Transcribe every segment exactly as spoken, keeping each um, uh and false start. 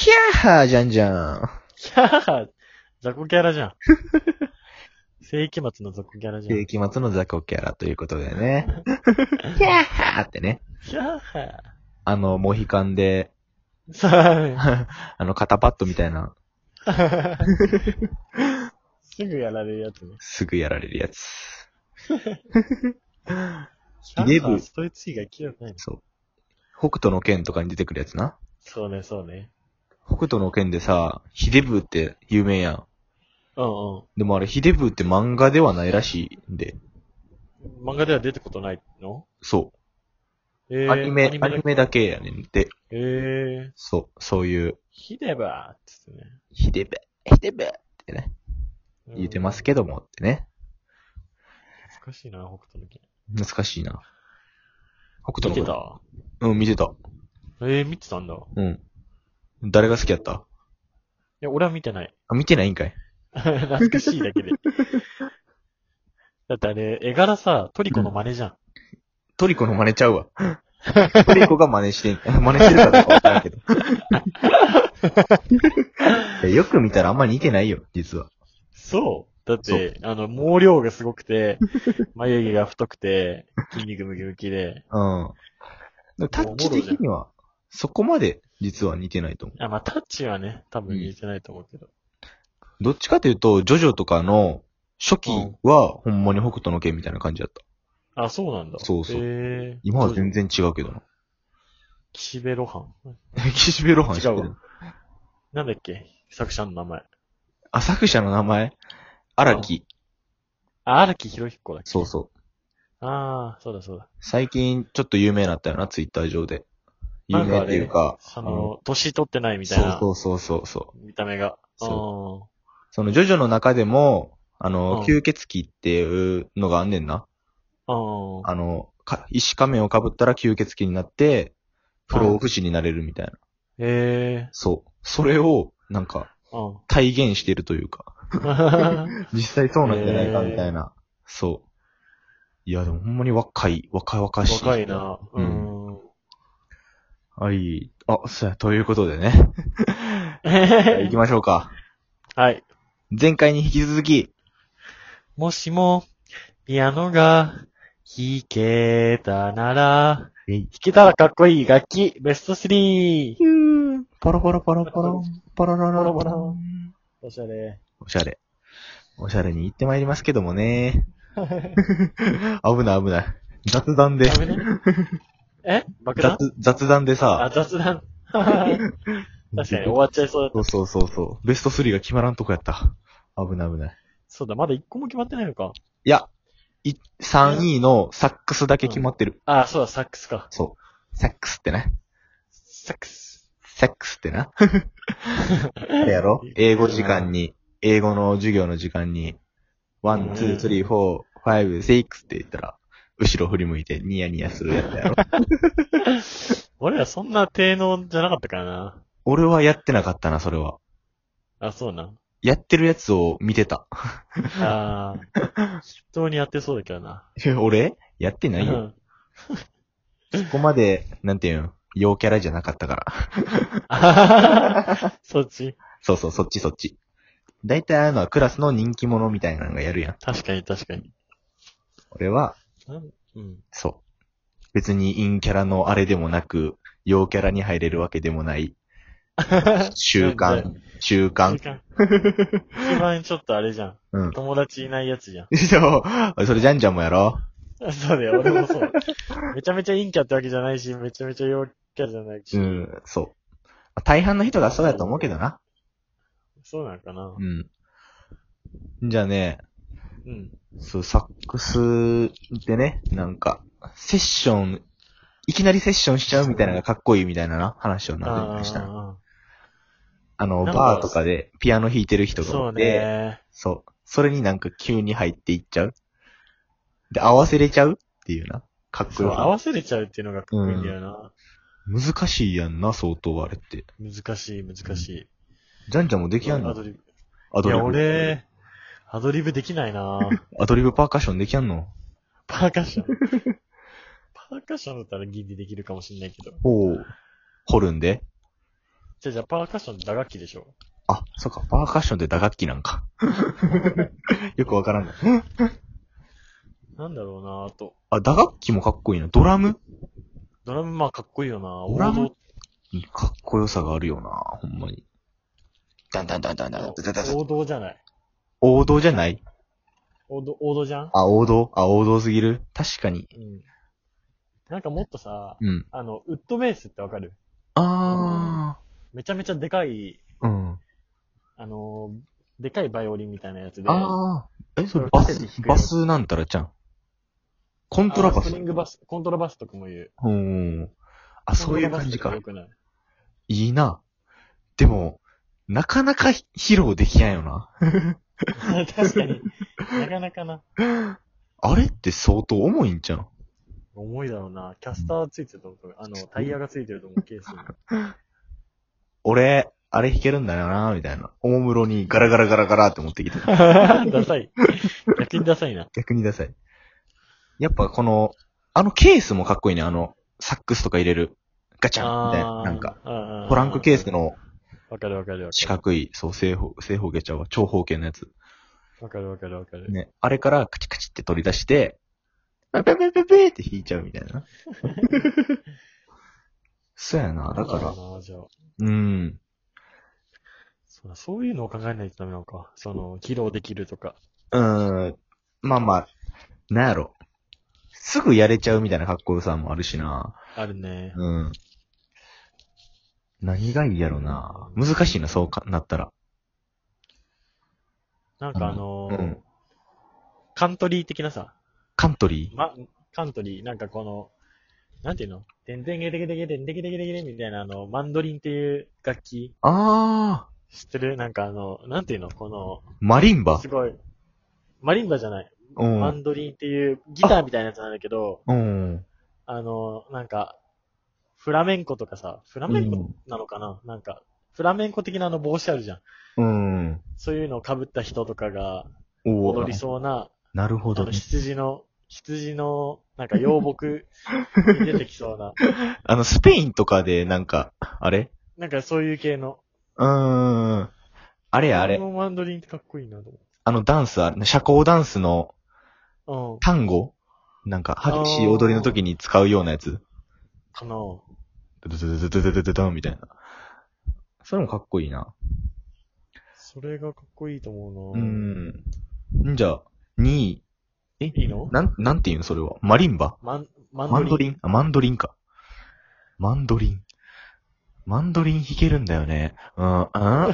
キャーハーじゃんじゃん。 キャー雑魚キャラじゃん。世紀末の雑魚キャラじゃん。 世紀末の雑魚キャラということでね。キャーハーってね。 キャーハあの、モヒカンで、 ー。さあの、肩パッドみたいな、 あ。すぐやられるやつね。 すぐやられるやつ。 キャイレブーハーストイツ以外嫌いないの。 そう。北斗の剣とかに出てくるやつな。 そうね、そうね。 北斗の剣でさ、ヒデブーって有名やん。 うんうん。 でもあれ、ヒデブーって漫画ではないらしいんで。 漫画では出てことないの？ そう。 えー、 アニメ、アニメだけ。 けやねんで。 えー、 そう、そういう、 ヒデバーっつってね。 ヒデブー、ヒデブーってね、 うん言うてますけどもってね。 難しいな、北斗の剣。 難しいな。北見て斗のた？ 剣。うん、見てた。 えー、見てたんだ。いうん。誰が好きやったや、俺は見てない。 あ、見てないんかい。 懐かしいだけで。だってあれ、絵柄さ、トリコの真似じゃん。 トリコの真似ちゃうわ。トリコが真似してん、真似してるかどうかわからんけど。いやよく見たらあんま似てないよ、実は。 そうだって、あの、毛量がすごくて、眉毛が太くて、筋肉ムキムキで。 うん。タッチ的には、そこまで実は似てないと思う。 あ、まあ、タッチはね、多分似てないと思うけど。 どっちかというと、ジョジョとかの初期は、ほんまに北斗の剣みたいな感じだった。 あ、そうなんだ。 そうそうへー今は全然違うけどな。 岸辺露伴。 岸辺露伴知ってる違うわ。なんだっけ作者の名前。 あ、作者の名前荒木。 あ、荒木博彦だっけそうそう。 ああ、そうだそうだ。 最近ちょっと有名になったよな、ツイッター上で。有名っていうか、 あの、年取ってないみたいな。 そうそうそうそう。 見た目が。 そそのジョジョの中でも、あうの、 ん吸血鬼っていうのがあんねんな。 うん。うん。 あの、か石仮面を被ったら吸血鬼になって、不老不死になれるみたいな。 へえ。 そう。それを、なんか、 うん。 体現してるというか。実際そうなんじゃないかみたいな。そう。いや、でもほんまに若い、若い若しい。 若いな。 ううんん。 はい。あ、そうや、ということでね。行きはましょうか。 い。 前回に引き続き、 もしも、ピアノが弾けたなら、 えい弾けたらかっこいい楽器、ベストスリー。 ヒューポロポロポロポロ、ポロロロポロポロおしゃれ。 おしゃれ。おしゃれに行ってまいりますけどもね。危ない危ない。雑談で。 ダメね。え爆弾雑、雑談であ、 さ。 雑談。確かに終わっちゃいそうだった。 そうそうそうそう。ベストスリーが決まらんとこやった。危ない危ない。 そうだ、まだ一個も決まってないのか。 いや、い、さんいのサックスだけ決まってる。 あ、そうだ、サックスか。 そう。サックスってね。 サックス。 サックスってな。あれやろ英語時間に、英語の授業の時間に、ワン、ツー、スリー、フォー、ファイブ、シックスって言ったら、後ろ振り向いてニヤニヤするやつやろ。 俺らそんな低能じゃなかったからな。 俺はやってなかったな、それは。 あ、そうな。 やってるやつを見てた。 ああ。適当にやってそうだけどな。 俺やってないよ。 うんそこまで、なんていうの、陽キャラじゃなかったから。 あははそっちそうそう、そっちそっち。だいたいああいうのはクラスの人気者みたいなのがやるやん。 確かに確かに。 俺は、 なんうん。 そう。別に陰キャラのあれでもなく、陽キャラに入れるわけでもない。習慣。習慣。 習慣。一番ちょっとあれじゃん。 うん。 友達いないやつじゃん。 そう。それじゃんじゃんもやろそうだよ、俺もそう。めちゃめちゃ陰キャってわけじゃないし、めちゃめちゃ陽キャじゃないし。 うん、そう。大半の人がそうやと思うけどな。 そうなのかな。 うん。じゃあね、 うん。 そう、サックスでね、なんか、セッション、いきなりセッションしちゃうみたいなのがかっこいいみたいなな、話を何でした。 ああの、 なんかバーとかでピアノ弾いてる人あ、そうがいて、 ね。 そう。それになんか急に入っていっちゃう。で、合わせれちゃうっていうな。かっこそう、 よさ。 合わせれちゃうっていうのがかっこいいんだよな。 難しいやんな、相当あれって。 難しい、難しい。 じゃんじゃんもできやんのアドリブ。いや、 アドリブ。 俺、アドリブできないなアドリブパーカッションできやんのパーカッション。パーカッションだったらギリできるかもしんないけど。 ほう。掘るんでじゃあ、じゃあパーカッションって打楽器でしょ？ あ、そっか、パーカッションって打楽器なんか。よくわからんが。 なんだろうなぁと。 あ、打楽器もかっこいいな。ドラムドラムまあかっこいいよなドラム王道。 かっこよさがあるよな、ほんまに。ダンダンダンダンダンダンダンダンダン。 王道じゃない。 王道じゃない？ 王道、王道じゃん。 あ、王道あ、王道すぎる確かに。 うん。なんかもっとさ、 うん。 あの、ウッドベースってわかる？ あめちゃめちゃでかい、 ー。うん。 あのー、でかいバイオリンみたいなやつで。 あー。え、それそれバス立てて弾、くやつバスなんたらちゃん。コントラバスあストリン。グバス、コントラバスとかも言う。 うーん。あ、そういう感じかコントラバスとよ。くない？ いいな。でも、なかなか披露できやんよな。 確かに。なかなかな。 あれって相当重いんちゃう？ 重いだろうな。キャスターついてると思う。あの、タイヤがついてると思う、ケースに。 俺、あれ弾けるんだよな、みたいな。おもむろにガラガラガラガラって持ってきて。 ダサい。逆にダサいな。 逆にダサい。やっぱこの、あのケースもかっこいいね。あの、サックスとか入れる。ガチャンみたいな。なんか、トランクケースのわかるわかるわかる。 四角い、そう、正方、正方形ちゃうわ。長方形のやつ。 わかるわかるわかる。 ね。あれからカチカチって取り出して、ペペペペペって弾いちゃうみたいな。そうやな。だから、 なじゃあうん。 そうだそういうのを考えないとダメなのか。その、起動できるとか。 うーん。まあまあ、なんやろ。すぐやれちゃうみたいなかっこよさもあるしな。 あるね。 うん。何がいいやろな。難しいな、そうかなったら。 なんかあのーうんカントリー的なさ、 カントリーま、カントリー、なんかこの、なんていうのてんてんげてけてけてんてけてけてけてみたいなあの、マンドリンっていう楽器、 あ知ってる？なんかあの、なんていうのこの、 ー、マリンバすごい、マリンバじゃない。 うんマンドリンっていうギターみたいなやつなんだけど、 うん。 あの、なんか、フラメンコとかさ、フラメンコなのかな、なんか、フラメンコ的なあの帽子あるじゃん。 うん。 そういうのを被った人とかがお踊りそうな、 なるほどあの、。羊の、羊の、なんか、洋木に出てきそうな、 あの、スペインとかで、なんか、あれなんかそういう系の。 うーん。あれや、あれ。 のマンドリンってかっこいいなとあのダンス、あれ社交ダンスの思って。 単語なんか、激しい踊りの時に使うようなやつ。 うん。かなドドドドドドドドドドンみたいな。それもかっこいいな。 それがかっこいいと思ううな。 ーん。んじゃあ、にい。えいいの？ なん、なんて言うのそれは。マリンバマン、マンマドリン。 ンドリンあ、マンドリンか。マンドリン。マンドリン弾けるんだよね。うん、うん。 マ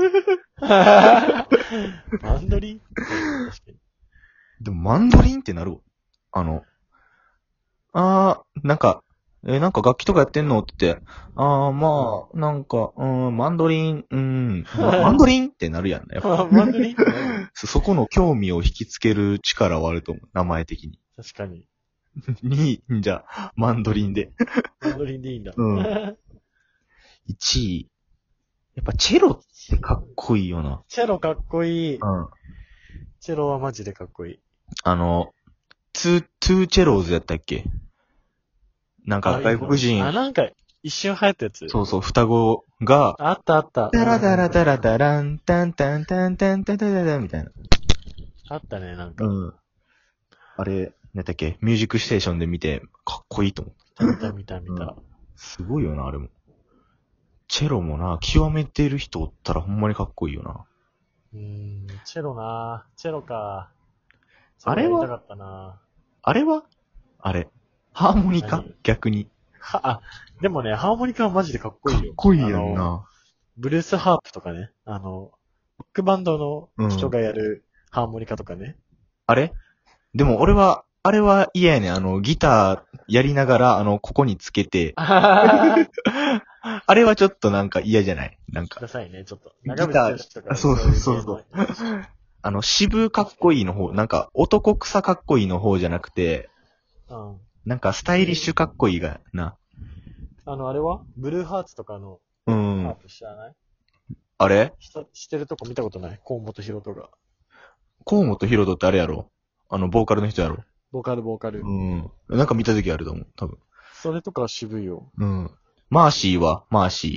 ンドリン確かに。 でも、マンドリンってなるわ。あの、あー、なんか、え、なんか楽器とかやってんのって言って、あー、まあ、なんか、うん、マンドリン、うん、まマンドリンってなるやんね。やっぱマンドリンそそこの興味を引きつける力はあると思う。名前的に。 確かに。 にい、じゃあ、マンドリンで。 マンドリンでいいんだ。 うんいちい。やっぱチェロってかっこいいよな。 チェロかっこいい。 うん。 チェロはマジでかっこいい。 あの、ツー、ツーチェローズやったっけなんか外国人、 あ、なんか、一瞬流行ったやつ。 そうそう、双子が、 あったあった。 ダラダラダラダラン、タンタンタンタンタンタンタンタンみたいな。 あったね、なんか。 うん。あれ、なんだっけ、ミュージックステーションで見て、かっこいいと思う。 見た見た見た。 すごいよな、あれも。チェロもな、極めてる人おったらほんまにかっこいいよな。 うーん、チェロなチェロか。 あれはやりたかったなあれはあれ。ハーモニカ何逆に。 は、あ、でもね、ハーモニカはマジでかっこいいよ。 かっこいいやんあのな。 ブルースハープとかね。あの、ロックバンドの人がやるハーモニカとかね。 あれでも俺は、あれは嫌やねん。あの、ギターやりながら、あの、ここにつけて。あれはちょっとなんか嫌じゃないなんか。 ダサいね、ちょっと。 ギター長渕剛とかそうそうそうそうい系のあの、渋かっこいいの方、なんか男臭かっこいいの方じゃなくて、 うん。 なんかスタイリッシュかっこいいがな。 あの、あれはブルーハーツとかのうハーん。 プ知らない？ あれししてるとこ見たことない？河本ヒロトが。 河本ヒロトってあれやろあの、ボーカルの人やろボーカルボーカル。 うん。なんか見た時あると思う、多分。 それとか渋いよ。 うん。マーシーは、マーシう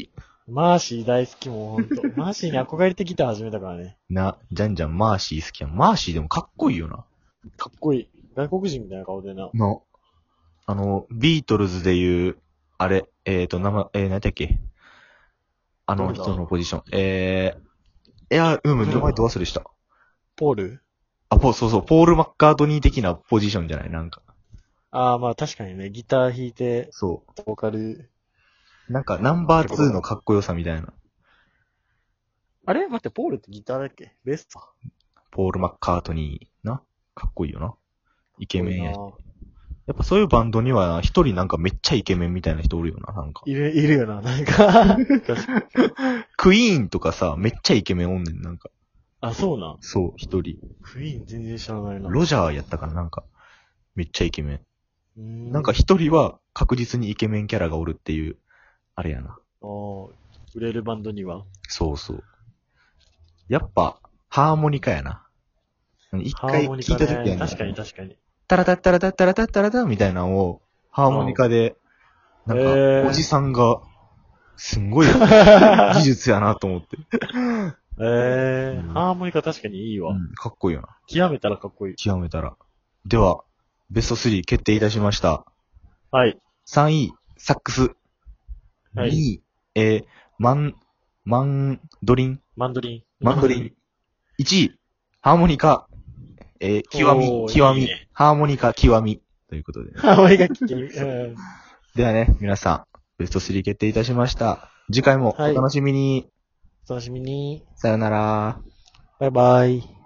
マーシー大好きもん、ほんと。マーシーに憧れてギター始めたからね。 な、じゃんじゃんマーシー好きやん。マーシーでもかっこいいよな。 かっこいい。外国人みたいな顔でな。 の、あの、ビートルズで言う、あれ、えーと、名前、えー、何だっけあの人のポジション。えー、いや、うん、名前ど忘れした。 ポールあ、ポそうそう、ポール・マッカートニー的なポジションじゃないなんか。 ああ、まあ確かにね、ギター弾いて、 そボーカル。 う。なんか、ナンバーツーのかっこよさみたいな。 あれ待って、ポールってギターだっけベースか。 ポール・マッカートニーな。かっこいいよな。イケメンやし。 かっこやっぱそういうバンドには、一人なんかめっちゃイケメンみたいな人おるよな、なんか。 いいな。いる、いるよな、なんか。確かに。 クイーンとかさ、めっちゃイケメンおんねん、なんか。 あ、そうなん。 そう、一人。 クイーン全然知らないな。 ロジャーやったからなんか、めっちゃイケメン。 うーんなんか一人は確実にイケメンキャラがおるっていう、あれやな。 ああ、売れるバンドには。 そうそう。やっぱ、ハーモニカやな。一ハー回聞モニカね。 いた時やな。 確かに確かに。 タラタッタラタッタラタッタラタみたいなのを、ハーモニカで、なんか、 へーおじさんが、すんごい技術やなと思って。 ええーうんハーモニカ確かにいいわ。 うん、かっこいいよな。 極めたらかっこいい。 極めたら。では、ベストスリー決定いたしました。 はい。 さんい、サックス。 はいにい、えー、マン、マンドリンマンドリン。 マンドリン。いちい、ハーモニカ。えー、極みお、ー極みいいね。 ハーモニカ極み。ということで。 ハーモニカ聞きに。うんではね、皆さん、ベストスリー決定いたしました。次回もお楽しみに。 お楽しみに。 さよなら。 バイバイ。